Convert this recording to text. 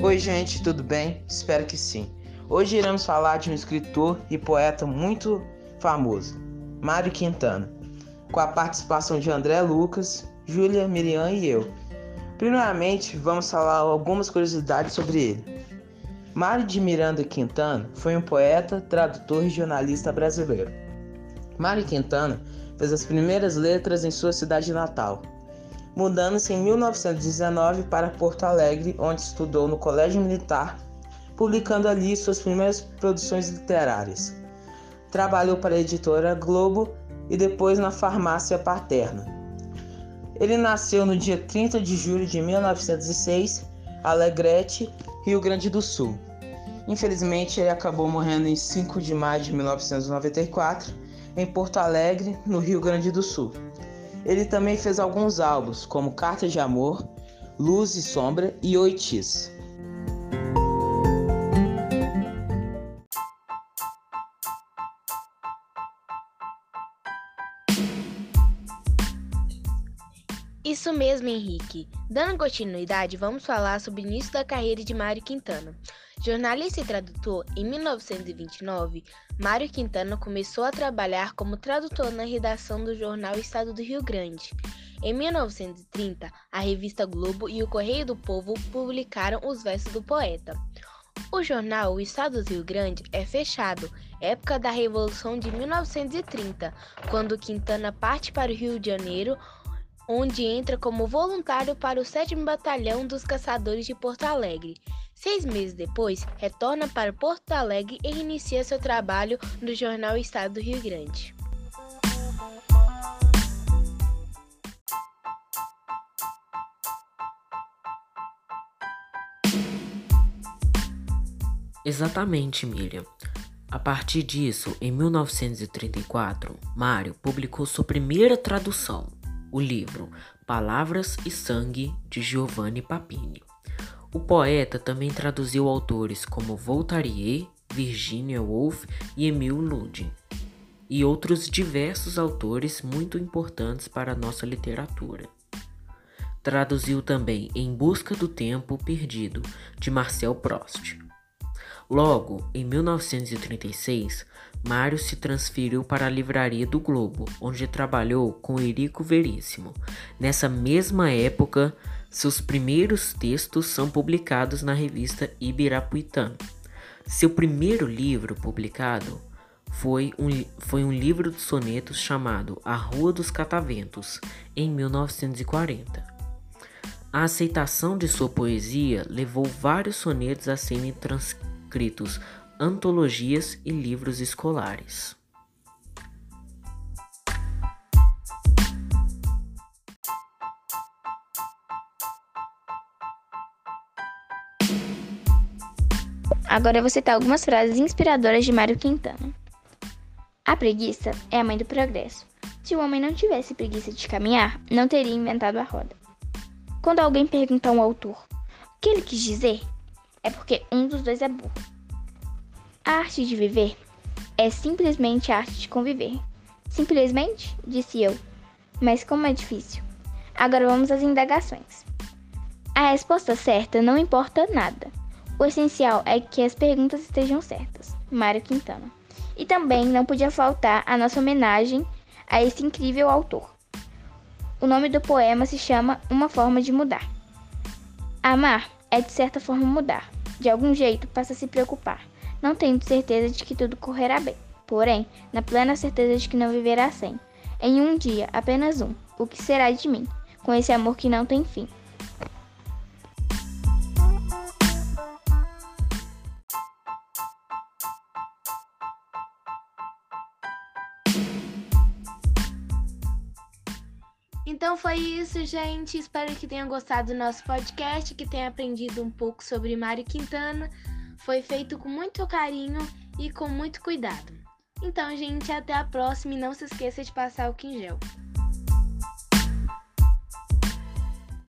Oi gente, tudo bem? Espero que sim. Hoje iremos falar de um escritor e poeta muito famoso, Mário Quintana, com a participação de André Lucas, Júlia, Miriam e eu. Primeiramente, vamos falar algumas curiosidades sobre ele. Mário de Miranda Quintana foi um poeta, tradutor e jornalista brasileiro. Mário Quintana fez as primeiras letras em sua cidade natal, mudando-se em 1919 para Porto Alegre, onde estudou no Colégio Militar, publicando ali suas primeiras produções literárias. Trabalhou para a editora Globo e depois na Farmácia Paterna. Ele nasceu no dia 30 de julho de 1906, Alegrete, Rio Grande do Sul. Infelizmente, ele acabou morrendo em 5 de maio de 1994, em Porto Alegre, no Rio Grande do Sul. Ele também fez alguns álbuns, como Carta de Amor, Luz e Sombra e Oitis. Isso mesmo, Henrique. Dando continuidade, vamos falar sobre o início da carreira de Mário Quintana. Jornalista e tradutor, em 1929, Mário Quintana começou a trabalhar como tradutor na redação do jornal Estado do Rio Grande. Em 1930, a revista Globo e o Correio do Povo publicaram os versos do poeta. O jornal O Estado do Rio Grande é fechado, época da Revolução de 1930, quando Quintana parte para o Rio de Janeiro, onde entra como voluntário para o 7º Batalhão dos Caçadores de Porto Alegre. 6 meses depois, retorna para Porto Alegre e inicia seu trabalho no jornal Estado do Rio Grande. Exatamente, Miriam. A partir disso, em 1934, Mário publicou sua primeira tradução, o livro Palavras e Sangue, de Giovanni Papini. O poeta também traduziu autores como Voltaire, Virginia Woolf e Emil Nudin, e outros diversos autores muito importantes para a nossa literatura. Traduziu também Em Busca do Tempo Perdido, de Marcel Proust. Logo, em 1936, Mário se transferiu para a Livraria do Globo, onde trabalhou com Eurico Veríssimo. Nessa mesma época, seus primeiros textos são publicados na revista Ibirapuitã. Seu primeiro livro publicado foi um livro de sonetos chamado A Rua dos Cataventos, em 1940. A aceitação de sua poesia levou vários sonetos a serem transcritos, antologias e livros escolares. Agora eu vou citar algumas frases inspiradoras de Mário Quintana. A preguiça é a mãe do progresso. Se o homem não tivesse preguiça de caminhar, não teria inventado a roda. Quando alguém pergunta ao autor o que ele quis dizer, é porque um dos dois é burro. A arte de viver é simplesmente a arte de conviver. Simplesmente? Disse eu. Mas como é difícil. Agora vamos às indagações. A resposta certa não importa nada. O essencial é que as perguntas estejam certas. Mário Quintana. E também não podia faltar a nossa homenagem a esse incrível autor. O nome do poema se chama Uma Forma de Mudar. Amar é de certa forma mudar. De algum jeito passa a se preocupar, não tendo certeza de que tudo correrá bem. Porém, na plena certeza de que não viverá sem. Em um dia, apenas um. O que será de mim, com esse amor que não tem fim? Então foi isso, gente. Espero que tenham gostado do nosso podcast, que tenham aprendido um pouco sobre Mário Quintana. Foi feito com muito carinho e com muito cuidado. Então, gente, até a próxima e não se esqueça de passar álcool em gel.